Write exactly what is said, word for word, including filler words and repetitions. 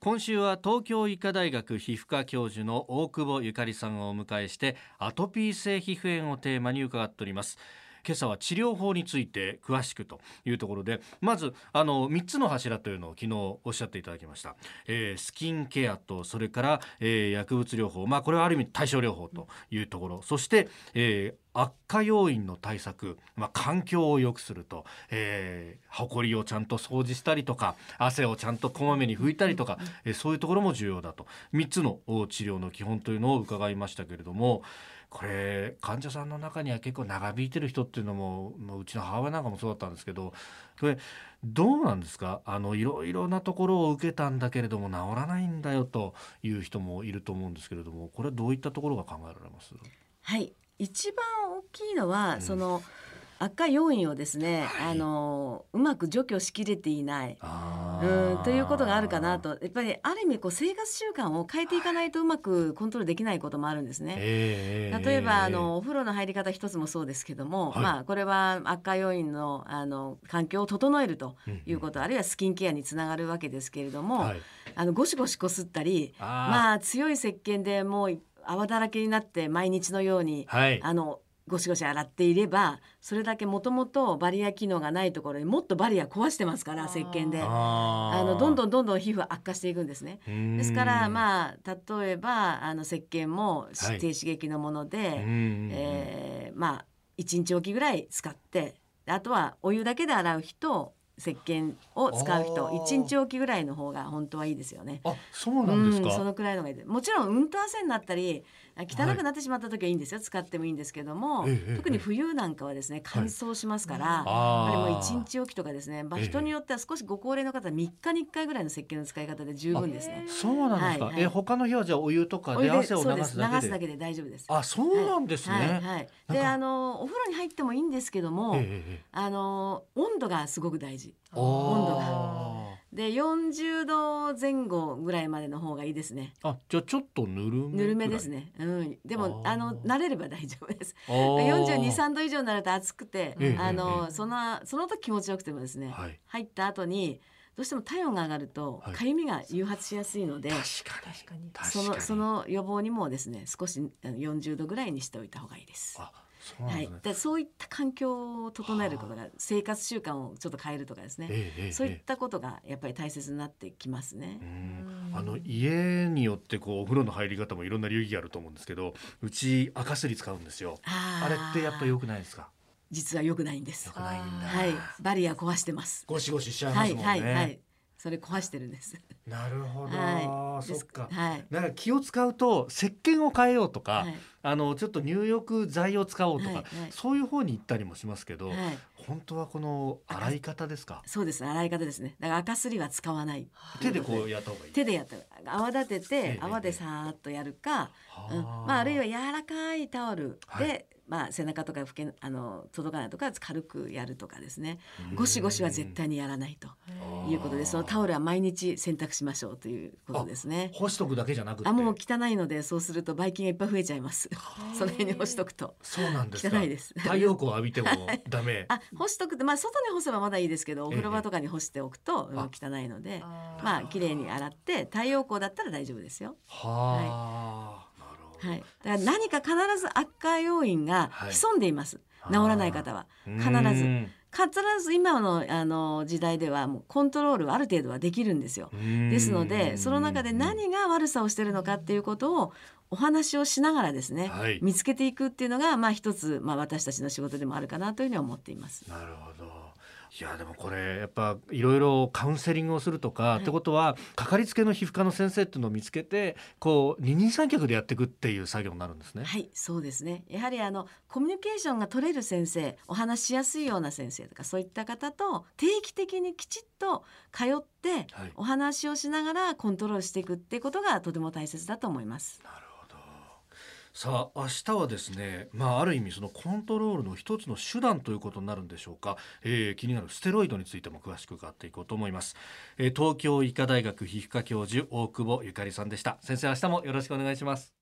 今週は東京医科大学皮膚科教授の大久保ゆかりさんをお迎えしてアトピー性皮膚炎をテーマに伺っております。今朝は治療法について詳しくというところで、まずあのみっつの柱というのを昨日おっしゃっていただきました。えー、スキンケアとそれから、えー、薬物療法、まあ、これはある意味対症療法というところ、そして、えー悪化要因の対策、まあ、環境を良くすると、えー、ほこりをちゃんと掃除したりとか汗をちゃんとこまめに拭いたりとか、えー、そういうところも重要だと、みっつの治療の基本というのを伺いましたけれども、これ患者さんの中には結構長引いてる人っていうのも、まあ、うちの母親なんかもそうだったんですけど、これどうなんですか？あのいろいろなところを受けたんだけれども治らないんだよという人もいると思うんですけれども、これはどういったところが考えられます？ はい、一番大きいのは、 うん、 その悪化要因をですね、 はい、 あのうまく除去しきれていないあうんということがあるかなと。やっぱりある意味こう生活習慣を変えていかないとうまくコントロールできないこともあるんですね。 えー、 例えばあえーのお風呂の入り方一つもそうですけども、 はい、 まあ、これは悪化要因の、あの環境を整えるということ、 うんうん、 あるいはスキンケアにつながるわけですけれども、 はい、 あのゴシゴシこすったり、 あまあ、強い石鹸でもう泡だらけになって毎日のように、 はい、 あのゴシゴシ洗っていれば、それだけもともとバリア機能がないところにもっとバリア壊してますから、石鹸であのどんどんどんどん皮膚は悪化していくんですね。ですからまあ例えばあの石鹸もはい、 低刺激のもので、えー、まあいちにちおきぐらい使って、あとはお湯だけで洗う人、石鹸を使う人いちにちおきぐらいの方が本当はいいですよね。 あ、そうなんですか？ うん、そのくらいのがいいです。もちろんうんと汗になったり汚くなってしまった時はいいんですよ、使ってもいいんですけども、 ええ特に冬なんかはですね乾燥しますから、やっぱりもういちにちおきとかですね、まあ、人によっては少しご高齢の方はみっかにいっかいぐらいの石鹸の使い方で十分ですね。 そうなんですか？ はいはい、 え他の日はじゃあお湯とかお湯でで汗を流すだけで？ 流すだけで大丈夫です。 あ、そうなんですね。 はいはいはい、であのお風呂に入ってもいいんですけども、 ええ、 あの温度がすごく大事。 温度がでよんじゅうどぜん後ぐらいまでの方がいいですね。 あ、じゃあちょっとぬるめぬるめですね、うん、でもああの慣れれば大丈夫です。 あよんじゅうに、さんど以上になると暑くて、 ええあの、 ええ、 そのその時気持ちよくてもですね、 はい、 入った後にどうしても体温が上がるとはい、 かゆみが誘発しやすいので、 確かに確かに。 確かにそのその予防にもですね少しよんじゅうどぐらいにしておいた方がいいです。 あ、そうなんですね。 はい、でそういった環境を整えることが、生活習慣をちょっと変えるとかですね、 ええええ、 そういったことがやっぱり大切になってきますね。 うん、あの家によってこうお風呂の入り方もいろんな流儀があると思うんですけど、うち赤すり使うんですよ。 ああれってやっぱ良くないですか？ 実は良くないんです。 良くないんだ。 はい、バリア壊してます。 ゴシゴシしちゃいますもんね。 はいはいはい、それ壊してるんです。 なるほど、 はい、 そっか、 はい、 だから気を使うと石鹸を変えようとか、 はい、 あのちょっと入浴剤を使おうとか、 はいはい、 そういう方に行ったりもしますけど、 はい、 本当はこの洗い方ですか？ そうです、洗い方ですね。だから赤すりは使わない。 手でこうやった方がいい？ 手でやった泡立てえてえ泡でさーっとやるか、 はうん、まあ、あるいは柔らかいタオルで、 はい、 まあ、背中とか拭けあの届かないとか軽くやるとかですね。ゴシゴシは絶対にやらないということで、そのタオルは毎日洗濯しましょうということですね。 干しとくだけじゃなくて、 あもう汚いので、そうするとばい菌がいっぱい増えちゃいます。その辺に干しとくとそうなんですか？ 汚いです。 太陽光を浴びてもダメ？ あ干しとくと、まあ、外に干せばまだいいですけど、お風呂場とかに干しておくと、 ええ、 汚いので、 あまあ綺麗に洗って太陽光だったら大丈夫ですよ。 はあ、なるほど、 はい、だから何か必ず悪化要因が潜んでいます、 はい、 治らない方は必ず必ず今の、あの時代ではもうコントロールはある程度はできるんですよ。ですのでその中で何が悪さをしているのかっていうことをお話をしながらですね、 はい、 見つけていくっていうのが、まあ、一つ、まあ、私たちの仕事でもあるかなというふうに思っています。 なるほど。いやでもこれやっぱいろいろカウンセリングをするとか、はい、ってことはかかりつけの皮膚科の先生っていうのを見つけてこう二人三脚でやっていくっていう作業になるんですね。 はい、そうですね。やはりあのコミュニケーションが取れる先生、お話しやすいような先生とかそういった方と定期的にきちっと通ってお話をしながらコントロールしていくっていうことがとても大切だと思います。 なるほど。さあ明日はですね、まあ、ある意味そのコントロールの一つの手段ということになるんでしょうか、えー、気になるステロイドについても詳しく伺っていこうと思います、えー、東京医科大学皮膚科教授大久保ゆかりさんでした。先生、明日もよろしくお願いします。